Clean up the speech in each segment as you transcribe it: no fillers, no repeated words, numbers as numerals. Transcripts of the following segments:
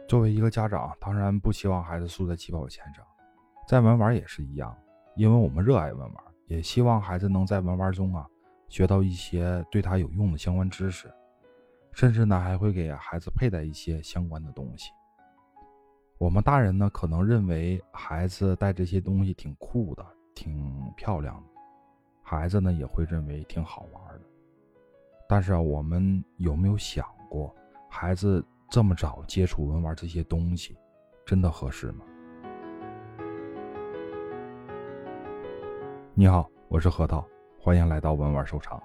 作为一个家长，当然不希望孩子输在起跑线上，在文玩也是一样，因为我们热爱文玩，也希望孩子能在文玩中学到一些对他有用的相关知识，甚至还会给孩子佩戴一些相关的东西。我们大人可能认为孩子戴这些东西挺酷的，挺漂亮的，孩子也会认为挺好玩的。但是我们有没有想过，孩子这么早接触文玩这些东西，真的合适吗？你好，我是核桃，欢迎来到文玩收藏。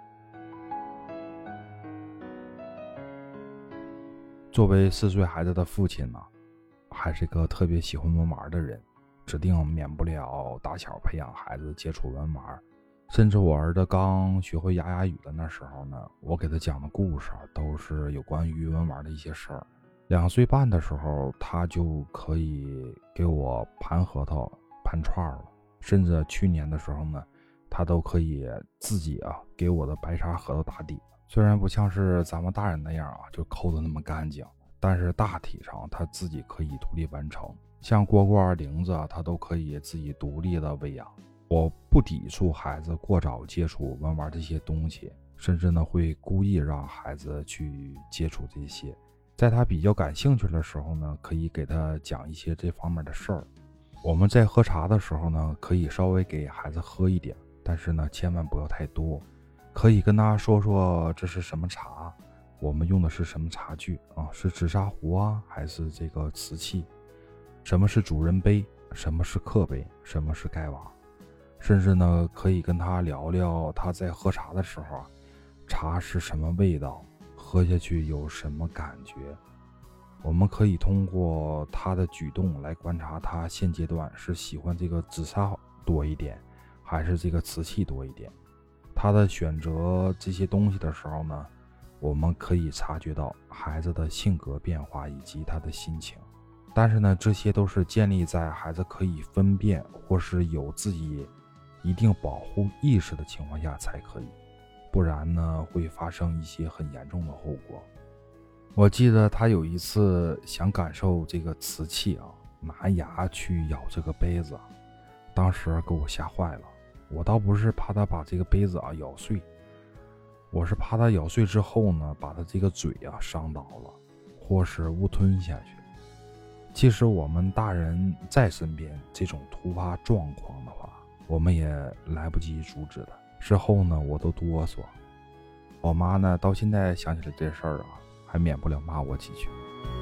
作为4岁孩子的父亲还是一个特别喜欢文玩的人，指定免不了打小培养孩子接触文玩。甚至我儿子刚学会牙语的那时候我给他讲的故事都是有关于文玩的一些事儿。2岁半的时候，他就可以给我盘核桃、盘串了，甚至去年的时候他都可以自己给我的白茶核桃打底。虽然不像是咱们大人那样就抠得那么干净，但是大体上他自己可以独立完成。像蝈蝈、铃子他都可以自己独立的喂养。我不抵触孩子过早接触文玩这些东西，甚至会故意让孩子去接触这些。在他比较感兴趣的时候可以给他讲一些这方面的事儿。我们在喝茶的时候可以稍微给孩子喝一点，但是千万不要太多。可以跟他说说这是什么茶，我们用的是什么茶具是紫砂壶还是这个瓷器，什么是主人杯，什么是客杯，什么是盖碗。甚至可以跟他聊聊他在喝茶的时候茶是什么味道，喝下去有什么感觉。我们可以通过他的举动来观察他现阶段是喜欢这个紫砂多一点，还是这个瓷器多一点。他的选择这些东西的时候我们可以察觉到孩子的性格变化以及他的心情。但是这些都是建立在孩子可以分辨或是有自己一定保护意识的情况下才可以，不然会发生一些很严重的后果。我记得他有一次想感受这个瓷器拿牙去咬这个杯子，当时给我吓坏了。我倒不是怕他把这个杯子咬碎，我是怕他咬碎之后把他这个嘴伤到了，或是误吞下去。即使我们大人在身边，这种突发状况的话我们也来不及阻止他。事后我都哆嗦。我妈到现在想起来这事儿还免不了骂我几句。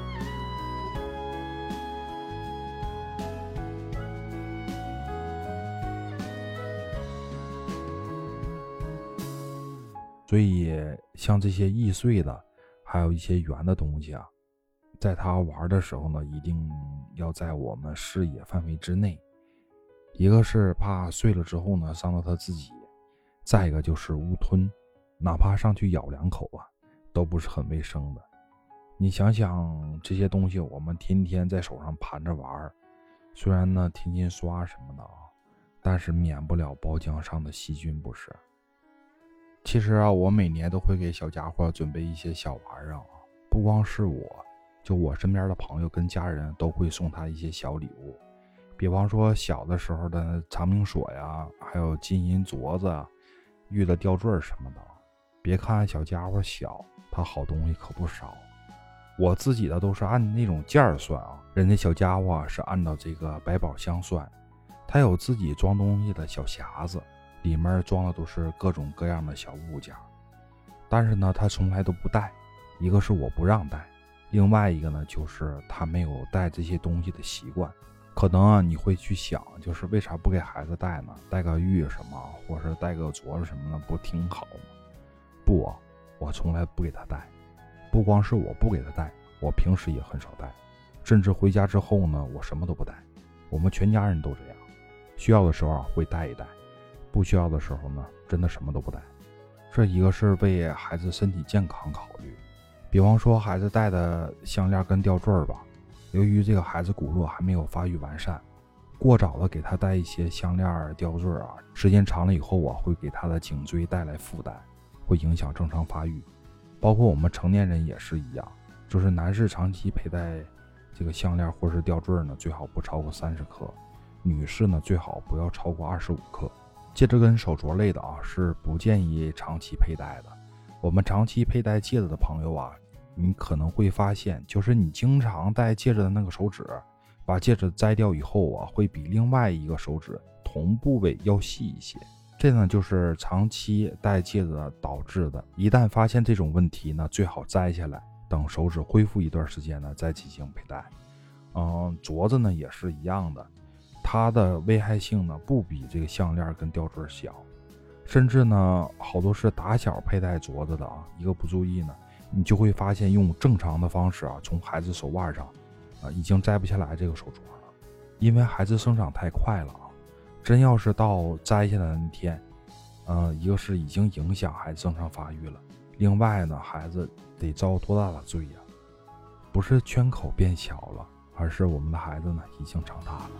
所以像这些易碎的还有一些圆的东西在他玩的时候一定要在我们视野范围之内。一个是怕碎了之后伤到他自己，再一个就是误吞，哪怕上去咬2口都不是很卫生的。你想想这些东西我们天天在手上盘着玩，虽然天天刷什么的但是免不了包浆上的细菌不是。其实我每年都会给小家伙准备一些小玩不光是我，就我身边的朋友跟家人都会送他一些小礼物。比方说小的时候的长命锁还有金银镯子玉的吊坠什么的。别看小家伙小，他好东西可不少。我自己的都是按那种件算人家小家伙是按照这个百宝箱算。他有自己装东西的小匣子，里面装的都是各种各样的小物件，但是他从来都不带。一个是我不让带，另外一个就是他没有带这些东西的习惯。可能你会去想，就是为啥不给孩子带呢？带个玉什么，或是带个镯子什么的，不挺好吗？不我从来不给他带。不光是我不给他带，我平时也很少带，甚至回家之后我什么都不带。我们全家人都这样，需要的时候会带一带，不需要的时候真的什么都不带。这一个是为孩子身体健康考虑。比方说孩子戴的项链跟吊坠由于这个孩子骨骼还没有发育完善，过早的给他戴一些项链吊坠时间长了以后会给他的颈椎带来负担，会影响正常发育。包括我们成年人也是一样，就是男士长期佩戴这个项链或是吊坠呢，最好不超过30克，女士呢最好不要超过25克。戒指跟手镯类的是不建议长期佩戴的。我们长期佩戴戒指的朋友你可能会发现，就是你经常戴戒指的那个手指，把戒指摘掉以后会比另外一个手指同部位要细一些。这呢就是长期戴戒指导致的。一旦发现这种问题呢，最好摘下来，等手指恢复一段时间呢再进行佩戴。镯子呢也是一样的，它的危害性呢不比这个项链跟吊坠小，甚至呢好多是打小佩戴镯子的一个不注意呢，你就会发现用正常的方式从孩子手腕上已经摘不下来这个手镯了，因为孩子生长太快了真要是到摘下来的那天，一个是已经影响孩子正常发育了，另外呢孩子得遭多大的罪呀？不是圈口变小了，而是我们的孩子呢已经长大了。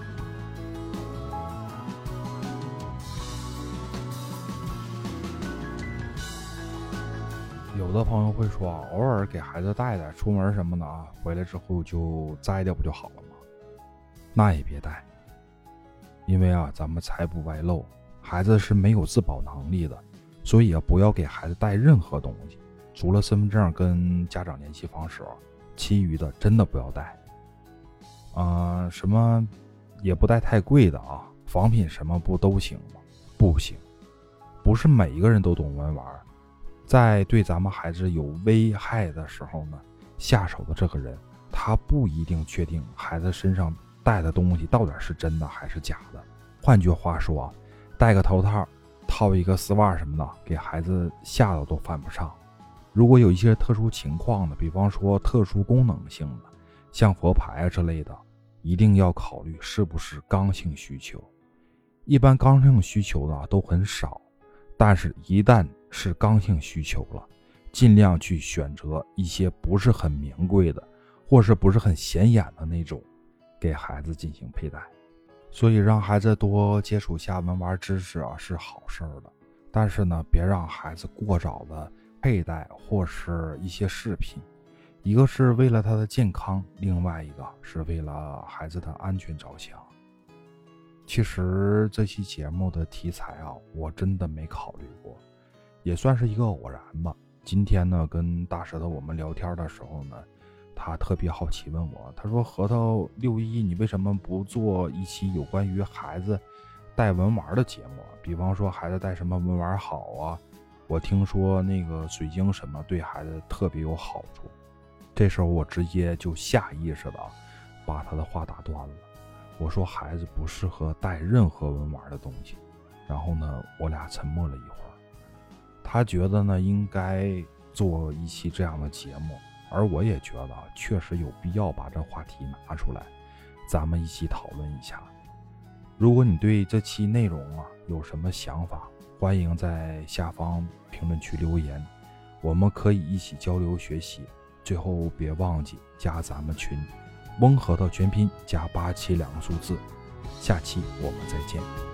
有的朋友会说偶尔给孩子戴戴，出门什么的回来之后就摘掉不就好了吗？那也别戴，因为咱们财不外露，孩子是没有自保能力的，所以不要给孩子带任何东西，除了身份证跟家长联系方式其余的真的不要带。什么也不带太贵的仿品什么不都行吗？不行，不是每一个人都懂玩，在对咱们孩子有危害的时候呢，下手的这个人他不一定确定孩子身上带的东西到底是真的还是假的。换句话说戴个头套套一个丝袜什么的，给孩子吓得都犯不上。如果有一些特殊情况的，比方说特殊功能性的，像佛牌之类的，一定要考虑是不是刚性需求。一般刚性需求的都很少，但是一旦是刚性需求了，尽量去选择一些不是很名贵的，或是不是很显眼的那种，给孩子进行佩戴。所以让孩子多接触下文玩知识是好事的，但是呢，别让孩子过早的佩戴或是一些饰品，一个是为了他的健康，另外一个是为了孩子的安全着想。其实这期节目的题材我真的没考虑过，也算是一个偶然吧。今天呢跟大舌头我们聊天的时候呢，他特别好奇问我，他说核桃611你为什么不做一期有关于孩子带文玩的节目？比方说孩子带什么文玩好我听说那个水晶什么对孩子特别有好处。这时候我直接就下意识的把他的话打断了，我说孩子不适合带任何文玩的东西。然后呢我俩沉默了一会儿，他觉得呢应该做一期这样的节目，而我也觉得确实有必要把这话题拿出来，咱们一起讨论一下。如果你对这期内容有什么想法，欢迎在下方评论区留言，我们可以一起交流学习。最后别忘记加咱们群，翁核桃全拼加87两个数字。下期我们再见。